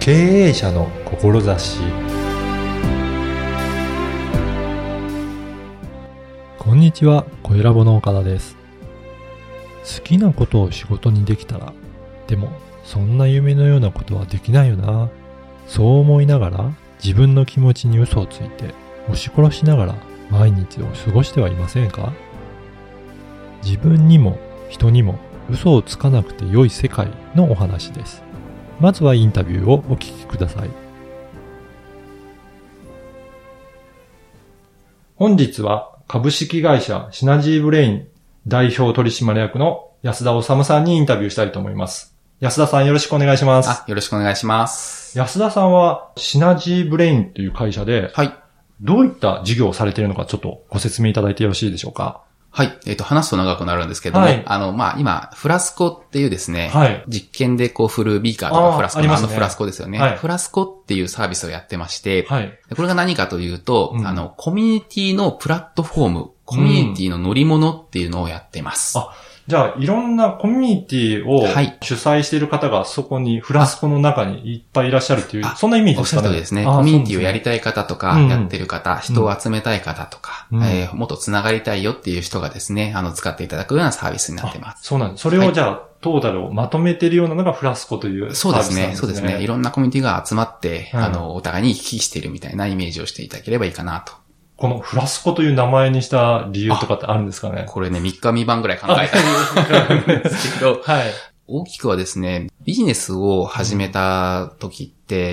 経営者の志。こんにちは、小ラボの岡田です。好きなことを仕事にできたら、でもそんな夢のようなことはできないよな。そう思いながら自分の気持ちに嘘をついて押し殺しながら毎日を過ごしてはいませんか？自分にも人にも嘘をつかなくて良い世界のお話です。まずはインタビューをお聞きください。本日は株式会社シナジーブレイン代表取締役の安田修さんにインタビューしたいと思います。安田さん、よろしくお願いします。 よろしくお願いします。 安田さんはシナジーブレインという会社で、 はい。 どういった事業をされているのかちょっとご説明いただいてよろしいでしょうか？ はい。話すと長くなるんですけども、 はい、 今、フラスコっていうですね、 はい、 実験で振るビーカーとかフラスコのフラスコですよね、 はい。 フラスコっていうサービスをやってまして、 はい、 これが何かというと、コミュニティのプラットフォーム、コミュニティの乗り物っていうのをやってます。 じゃあ、いろんなコミュニティを主催している方がそこにフラスコの中にいっぱいいらっしゃるっていう、そんなイメージですかね。 おっしゃるとですね。コミュニティをやりたい方とか、やってる方、人を集めたい方とか、もっと繋がりたいよっていう人がですね、使っていただくようなサービスになってます。 そうなんです。それをじゃあ、トータルをまとめているようなのがフラスコというサービスなんですね。 そうですね。いろんなコミュニティが集まって、お互いに行き来しているみたいなイメージをしていただければいいかなと。 このフラスコという名前にした理由とかってあるんですかね？ これね、3日3晩ぐらい考えたんですけど、 はい、 大きくはですね、ビジネスを始めた時って、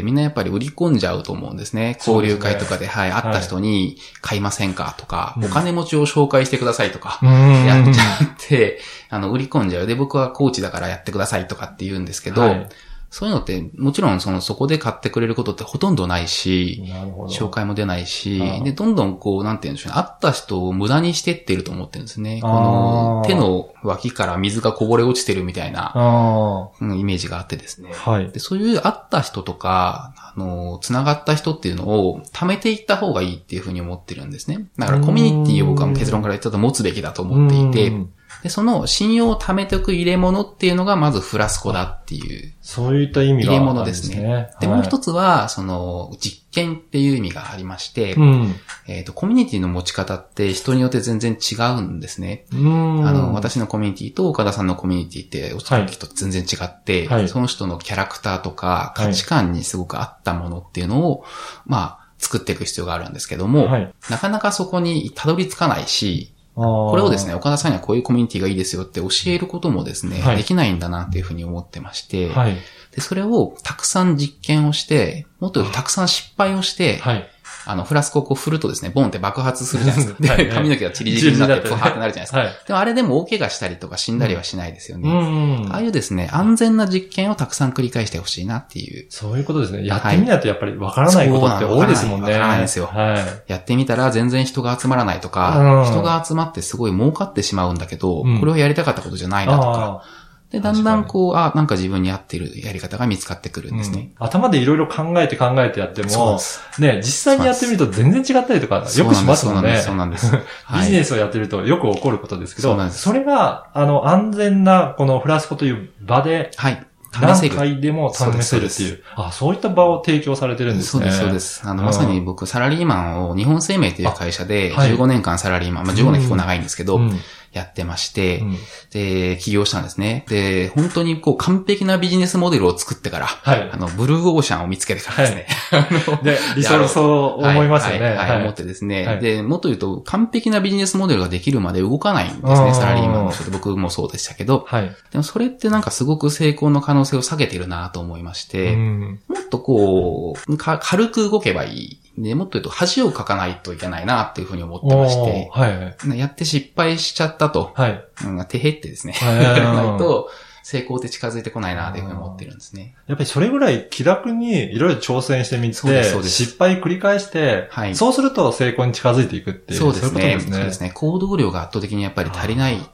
みんなやっぱり売り込んじゃうと思うんですね。交流会とかで、会った人に買いませんかとか、お金持ちを紹介してくださいとか、やっちゃって、売り込んじゃう。で、僕はコーチだからやってくださいとかって言うんですけど、そういうのって、もちろんそこで買ってくれることってほとんどないし、紹介も出ないし、で、どんどんなんて言うんでしょうね、会った人を無駄にしてってると思ってるんですね。この手の脇から水がこぼれ落ちてるみたいなイメージがあってですね。で、そういう会った人とか、繋がった人っていうのを貯めていった方がいいっていうふうに思ってるんですね。だからコミュニティを僕は結論からちょっと持つべきだと思っていて、で、その信用を貯めておく入れ物っていうのがまずフラスコだっていう。 そういった意味があるんですね。 入れ物ですね。で、もう一つは、実験っていう意味がありまして、コミュニティの持ち方って人によって全然違うんですね。私のコミュニティと岡田さんのコミュニティっておっしゃる人と全然違って、その人のキャラクターとか価値観にすごく合ったものっていうのを、作っていく必要があるんですけども、なかなかそこにたどり着かないし、これをですね、岡田さんにはこういうコミュニティがいいですよって教えることもですね、できないんだなっていうふうに思ってまして、で、それをたくさん実験をして、もっとたくさん失敗をして、フラスコを振るとですね、ボンって爆発するじゃないですか。で、髪の毛がチリチリになって、ふわーってなるじゃないですか。でもあれでも大怪我したりとか死んだりはしないですよね。ああいうですね、安全な実験をたくさん繰り返してほしいなっていう。 そういうことですね。やってみないとやっぱりわからないことって多いですもんね。 わからないですよ。やってみたら全然人が集まらないとか、人が集まってすごい儲かってしまうんだけど、これをやりたかったことじゃないなとか。で、だんだんなんか自分に合っているやり方が見つかってくるんですね。 頭でいろいろ考えてやっても、ね、実際にやってみると全然違ったりとか、よくしますもんね。 そうなんです。 ビジネスをやってるとよく起こることですけど、それが、安全な、このフラスコという場で、何回でも試せるっていう。そういった場を提供されてるんですね。 そうです。まさに僕、サラリーマンを日本生命という会社で、15年間サラリーマン、15年結構長いんですけど、やってまして、で、起業したんですね。で、本当に完璧なビジネスモデルを作ってから、ブルーオーシャンを見つけてからですね。 で、理想そう思いますよね。 思ってですね。で、もっと言うと、完璧なビジネスモデルができるまで動かないんですね、サラリーマンの人で。僕もそうでしたけど、でもそれってなんかすごく成功の可能性を下げてるなと思いまして、もっと軽く動けばいい。で、もっと言うと恥をかかないといけないなっていうふうに思ってまして、やって失敗しちゃったと、てへってですね、ないと成功って近づいてこないなというふうに思ってるんですね。 やっぱりそれぐらい気楽にいろいろ挑戦してみて、失敗繰り返して、そうすると成功に近づいていくっていう。 そうですね。行動量が圧倒的にやっぱり足りない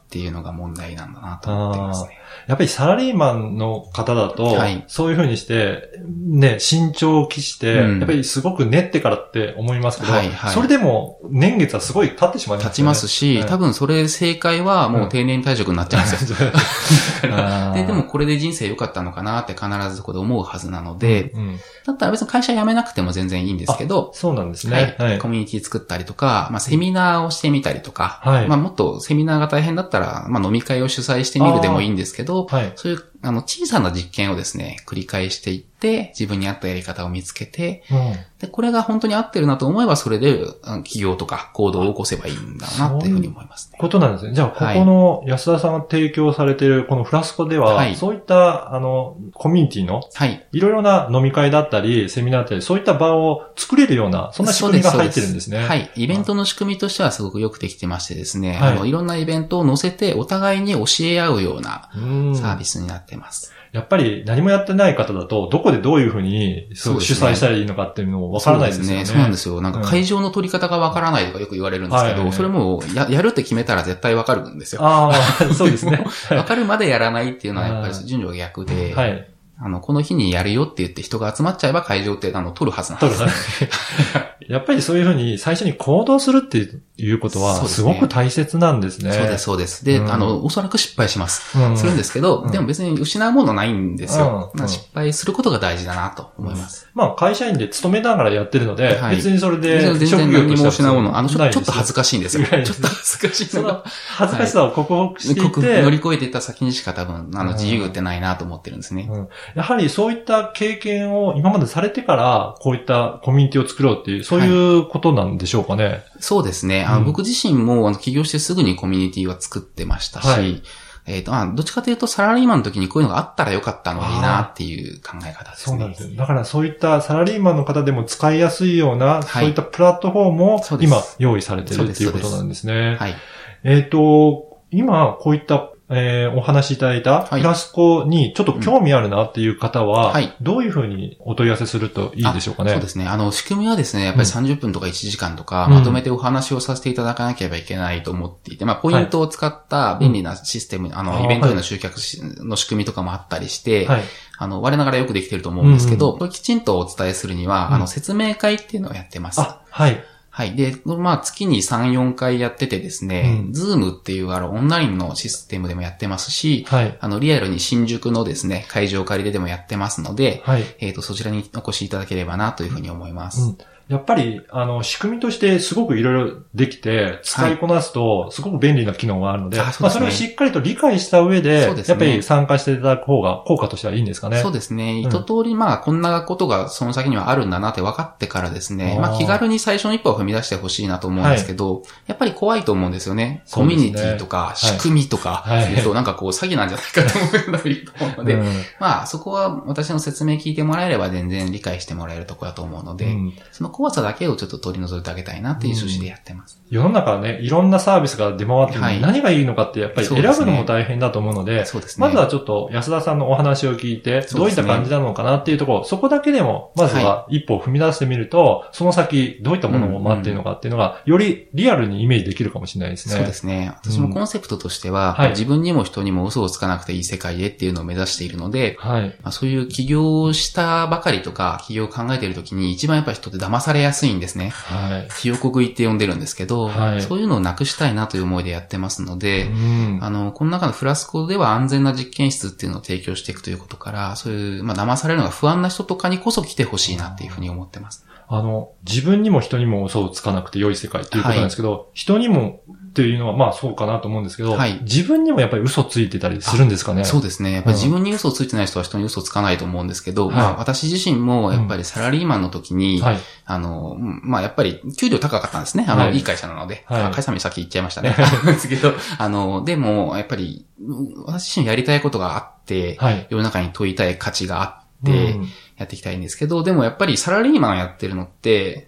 っていうのが問題なんだなと思ってますね。 やっぱりサラリーマンの方だと、はい、そういう風にして、ね、慎重を期して、やっぱりすごく練ってからって思いますけど、はいはい、それでも年月はすごい経ってしまいますね。 経ちますし、多分それ正解はもう定年退職になっちゃうんですよ。でもこれで人生良かったのかなって必ずそこで思うはずなので、だったら別に会社辞めなくても全然いいんですけど、 そうなんですね。 はい。コミュニティ作ったりとか、セミナーをしてみたりとか、もっとセミナーが大変だったら、飲み会を主催してみるでもいいんですけど、そういう小さな実験をですね、繰り返していって、自分に合ったやり方を見つけて、で、これが本当に合ってるなと思えば、それで起業とか行動を起こせばいいんだなっていうふうに思いますね。 ことなんですね。じゃあ、ここの安田さんが提供されているこのフラスコでは、そういった、コミュニティの、いろいろな飲み会だったり、セミナーだったり、そういった場を作れるような、そんな仕組みが入ってるんですね。 はい。イベントの仕組みとしてはすごくよくできてましてですね、いろんなイベントを載せて、お互いに教え合うようなサービスになってます。 やっぱり何もやってない方だと、どこでどういうふうに主催したらいいのかっていうのを分からないですよね。 そうなんですよ。なんか会場の取り方が分からないとかよく言われるんですけど、それもやるって決めたら絶対分かるんですよ。 そうですね。 分かるまでやらないっていうのはやっぱり順序が逆で、この日にやるよって言って人が集まっちゃえば会場って取るはずなんです。 やっぱりそういうふうに最初に行動するっていうことはすごく大切なんですね。 そうです、そうです。で、おそらく失敗します。するんですけど、でも別に失うものないんですよ。失敗することが大事だなと思います。 会社員で勤めながらやってるので、別にそれで全然何も失うもの、ちょっと恥ずかしいんですよ。ちょっと恥ずかしいのが。 恥ずかしさを克服していて。 乗り越えていった先にしか多分、自由ってないなと思ってるんですね。 やはりそういった経験を今までされてから、こういったコミュニティを作ろうっていう、そういうことなんでしょうかね。 そうですね。僕自身も起業してすぐにコミュニティは作ってましたし、どっちかというとサラリーマンの時にこういうのがあったらよかったのになっていう考え方ですね。 そうなんですよ。だからそういったサラリーマンの方でも使いやすいような、そういったプラットフォームを今用意されてるっていうことなんですね。はい。今こういったお話しいただいたフラスコにちょっと興味あるなっていう方は、どういうふうにお問い合わせするといいでしょうかね。 そうですね。仕組みはですね、やっぱり30分とか1時間とか、まとめてお話をさせていただかなければいけないと思っていて、ポイントを使った便利なシステム、イベントへの集客の仕組みとかもあったりして、我ながらよくできてると思うんですけど、これきちんとお伝えするには、説明会っていうのをやってます。はい。はい。で、月に3、4回やっててですね、ズームっていうオンラインのシステムでもやってますし、リアルに新宿のですね、会場借りでもやってますので、そちらにお越しいただければなというふうに思います。 やっぱり、仕組みとしてすごくいろいろできて、使いこなすと、すごく便利な機能があるので、それをしっかりと理解した上で、やっぱり参加していただく方が効果としてはいいんですかね。 そうですね。一通り、こんなことがその先にはあるんだなって分かってからですね、気軽に最初の一歩を踏み出してほしいなと思うんですけど、やっぱり怖いと思うんですよね。コミュニティとか、仕組みとか、言うとなんか詐欺なんじゃないかと思う人もいると思うので、そこは私の説明聞いてもらえれば全然理解してもらえるところだと思うので、その怖さだけをちょっと取り除いてあげたいなっていう趣旨でやってます。 世の中はね、いろんなサービスが出回ってるので、何がいいのかってやっぱり選ぶのも大変だと思うので、まずはちょっと安田さんのお話を聞いて、どういった感じなのかなっていうところ、そこだけでも、まずは一歩を踏み出してみると、その先どういったものを待っているのかっていうのが、よりリアルにイメージできるかもしれないですね。 そうですね。私もコンセプトとしては、自分にも人にも嘘をつかなくていい世界へっていうのを目指しているので、そういう起業をしたばかりとか、起業を考えているときに一番やっぱり人って騙されやすいんですね。ひよこ食いって呼んでるんですけど、そういうのをなくしたいなという思いでやってますので、この中のフラスコでは安全な実験室っていうのを提供していくということから、そういう、騙されるのが不安な人とかにこそ来てほしいなっていうふうに思ってます。 自分にも人にも嘘をつかなくて良い世界っていうことなんですけど、人にもっていうのはそうかなと思うんですけど、自分にもやっぱり嘘ついてたりするんですかね。 そうですね。やっぱり自分に嘘をついてない人は人に嘘つかないと思うんですけど、私自身もやっぱりサラリーマンの時に、やっぱり給料高かったんですね。いい会社なので。会社名さっき言っちゃいましたね。ですけど、でも、やっぱり、私自身やりたいことがあって、世の中に問いたい価値があって、やっていきたいんですけど、でもやっぱりサラリーマンやってるのって、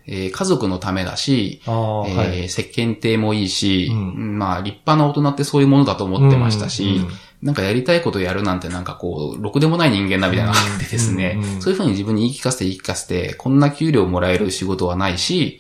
家族のためだし、世間体もいいし、立派な大人ってそういうものだと思ってましたし、なんかやりたいことやるなんてろくでもない人間だみたいなのがあってですね、そういうふうに自分に言い聞かせて、こんな給料もらえる仕事はないし、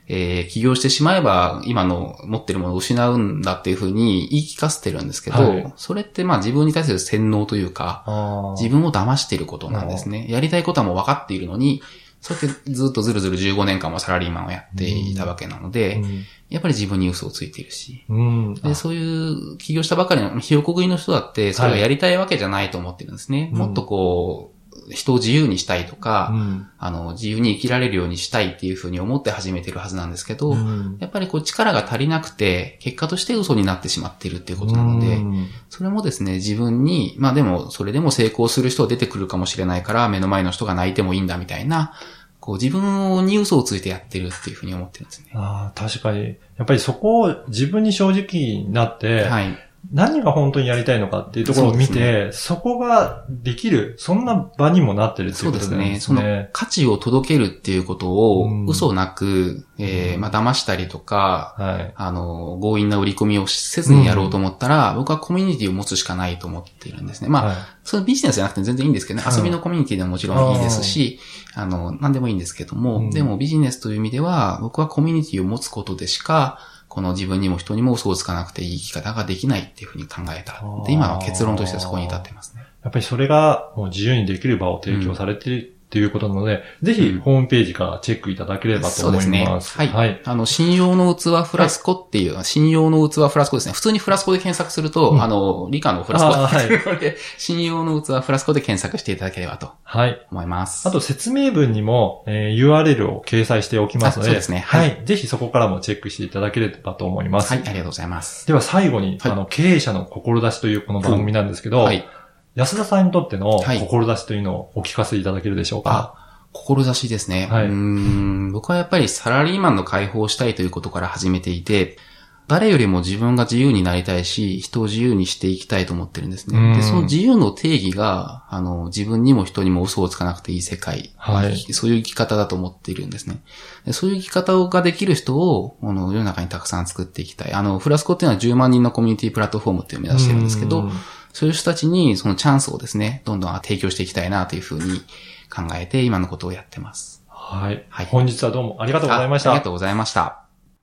起業してしまえば今の持ってるものを失うんだっていうふうに言い聞かせてるんですけど、 はい、 それって自分に対する洗脳というか、自分を騙していることなんですね。やりたいことはもう分かっているのに、そうやってずっとずるずる15年間もサラリーマンをやっていたわけなので、やっぱり自分に嘘をついているし、でそういう起業したばかりのひよこ食いの人だって、それがやりたいわけじゃないと思ってるんですね。もっと人を自由にしたいとか、自由に生きられるようにしたいっていうふうに思って始めてるはずなんですけど、やっぱり力が足りなくて、結果として嘘になってしまっているっていうことなので、それもですね、自分に、でも、それでも成功する人は出てくるかもしれないから、目の前の人が泣いてもいいんだみたいな、自分に嘘をついてやってるっていうふうに思ってるんですね。 確かに。やっぱりそこを自分に正直になって、はい。何が本当にやりたいのかっていうところを見て、そこができる、そんな場にもなってるっていうことですね。そうですね。 その価値を届けるっていうことを嘘なく、騙したりとか、はい、強引な売り込みをせずにやろうと思ったら、僕はコミュニティを持つしかないと思っているんですね。はい、そのビジネスじゃなくて全然いいんですけどね、遊びのコミュニティでももちろんいいですし、何でもいいんですけども、でもビジネスという意味では、僕はコミュニティを持つことでしか、この自分にも人にも嘘をつかなくていい生き方ができないっていうふうに考えた。で、今は結論としてそこに至ってますね。 やっぱりそれがもう自由にできる場を提供されているっていうことなので、ぜひホームページからチェックいただければと思います。そうですね。 はい。はい。信用の器フラスコっていう、信用の器フラスコですね。普通にフラスコで検索すると、理科のフラスコって、信用の器フラスコで検索していただければと思います。 あと説明文にも、URL を掲載しておきますので、 そうですね。 はい。ぜひそこからもチェックしていただければと思います。 はい。ありがとうございます。 では最後に、経営者の志というこの番組なんですけど、はい。安田さんにとっての志というのをお聞かせいただけるでしょうか。 志ですね。はい、僕はやっぱりサラリーマンの解放をしたいということから始めていて、誰よりも自分が自由になりたいし、人を自由にしていきたいと思ってるんですね。で、その自由の定義が、自分にも人にも嘘をつかなくていい世界、はい、そういう生き方だと思っているんですね。でそういう生き方ができる人を、世の中にたくさん作っていきたい。フラスコっていうのは10万人のコミュニティプラットフォームっていうのを目指してるんですけど、そういう人たちにそのチャンスをですね、どんどん提供していきたいなというふうに考えて今のことをやってます。 はい。はい。本日はどうもありがとうございました。 ありがとうございました。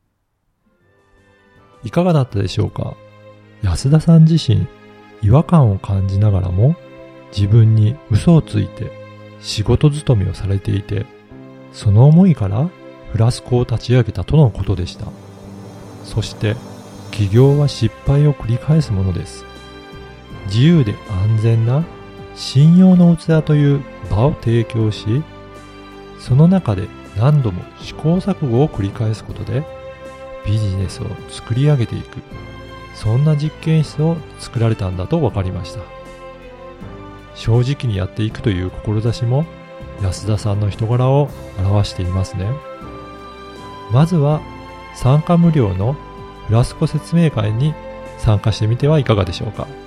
いかがだったでしょうか？安田さん自身、違和感を感じながらも、自分に嘘をついて仕事勤めをされていて、その思いからフラスコを立ち上げたとのことでした。そして、起業は失敗を繰り返すものです。自由で安全な信用の器という場を提供し、その中で何度も試行錯誤を繰り返すことでビジネスを作り上げていく、そんな実験室を作られたんだと分かりました。正直にやっていくという志も安田さんの人柄を表していますね。まずは参加無料のフラスコ説明会に参加してみてはいかがでしょうか。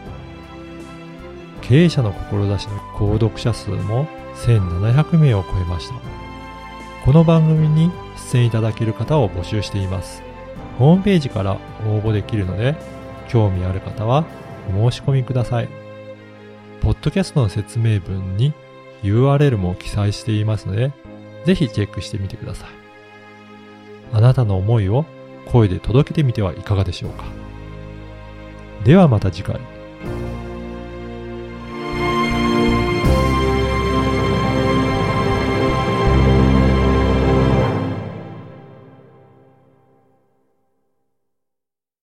経営者の志の購読者数も1700名を超えました。この番組に出演いただける方を募集しています。ホームページから応募できるので、興味ある方はお申し込みください。ポッドキャストの説明文に URL も記載していますので、ぜひチェックしてみてください。あなたの思いを声で届けてみてはいかがでしょうか。ではまた次回。